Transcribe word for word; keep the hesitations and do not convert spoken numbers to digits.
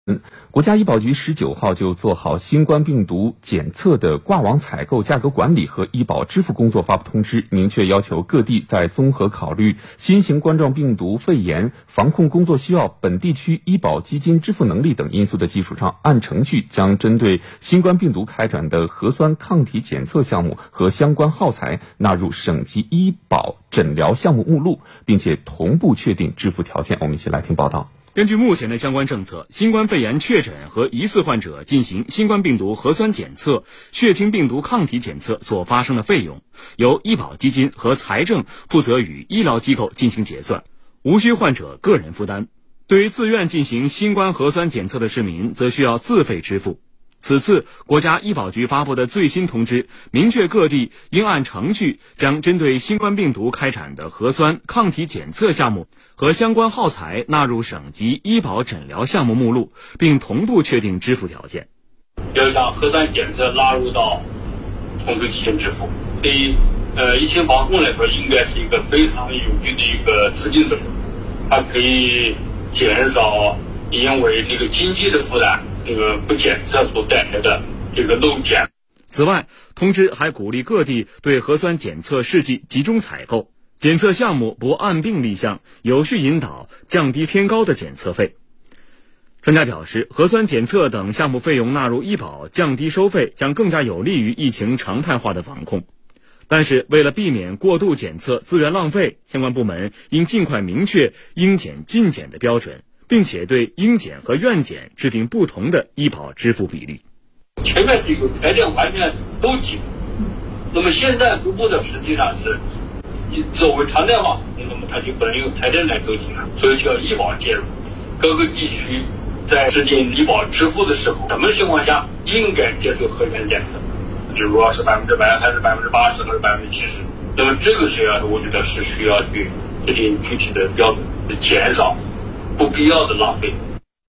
国家医保局十九号就做好新冠病毒检测的挂网采购、价格管理和医保支付工作发布通知，明确要求各地在综合考虑新型冠状病毒肺炎防控工作需要、本地区医保基金支付能力等因素的基础上，按程序将针对新冠病毒开展的核酸抗体检测项目和相关耗材纳入省级医保诊疗项目目录，并且同步确定支付条件。我们一起来听报道。 根据目前的相关政策，新冠肺炎确诊和疑似患者进行新冠病毒核酸检测、血清病毒抗体检测所发生的费用，由医保基金和财政负责与医疗机构进行结算，无需患者个人负担。对于自愿进行新冠核酸检测的市民，则需要自费支付。此次国家医保局发布的最新通知，明确各地应按程序将针对新冠病毒开展的核酸抗体检测项目和相关耗材纳入省级医保诊疗项目目录，并同步确定支付条件。 要将核酸检测纳入到统一基金支付，对于呃疫情防控来说，应该是一个非常有利的一个资金增长，它可以减少因为这个经济的负担，这个不检测所带来的这个漏检。 此外，通知还鼓励各地对核酸检测试剂集中采购，检测项目不按病例项，有序引导降低偏高的检测费。专家表示，核酸检测等项目费用纳入医保，降低收费将更加有利于疫情常态化的防控。但是，为了避免过度检测资源浪费，相关部门应尽快明确应检尽检的标准，并且对应检和愿检制定不同的医保支付比例。 前面是有财政完全兜挤，那么现在逐步的实际上是作为常态化，那么它就不能用财政来兜挤了，所以需要医保介入。各个地区在制定医保支付的时候，什么情况下应该接受核酸检测？比如说是百分之百，还是百分之八十，还是百分之七十？那么这个是要，我觉得是需要去制定具体的标准，减少不必要的浪费。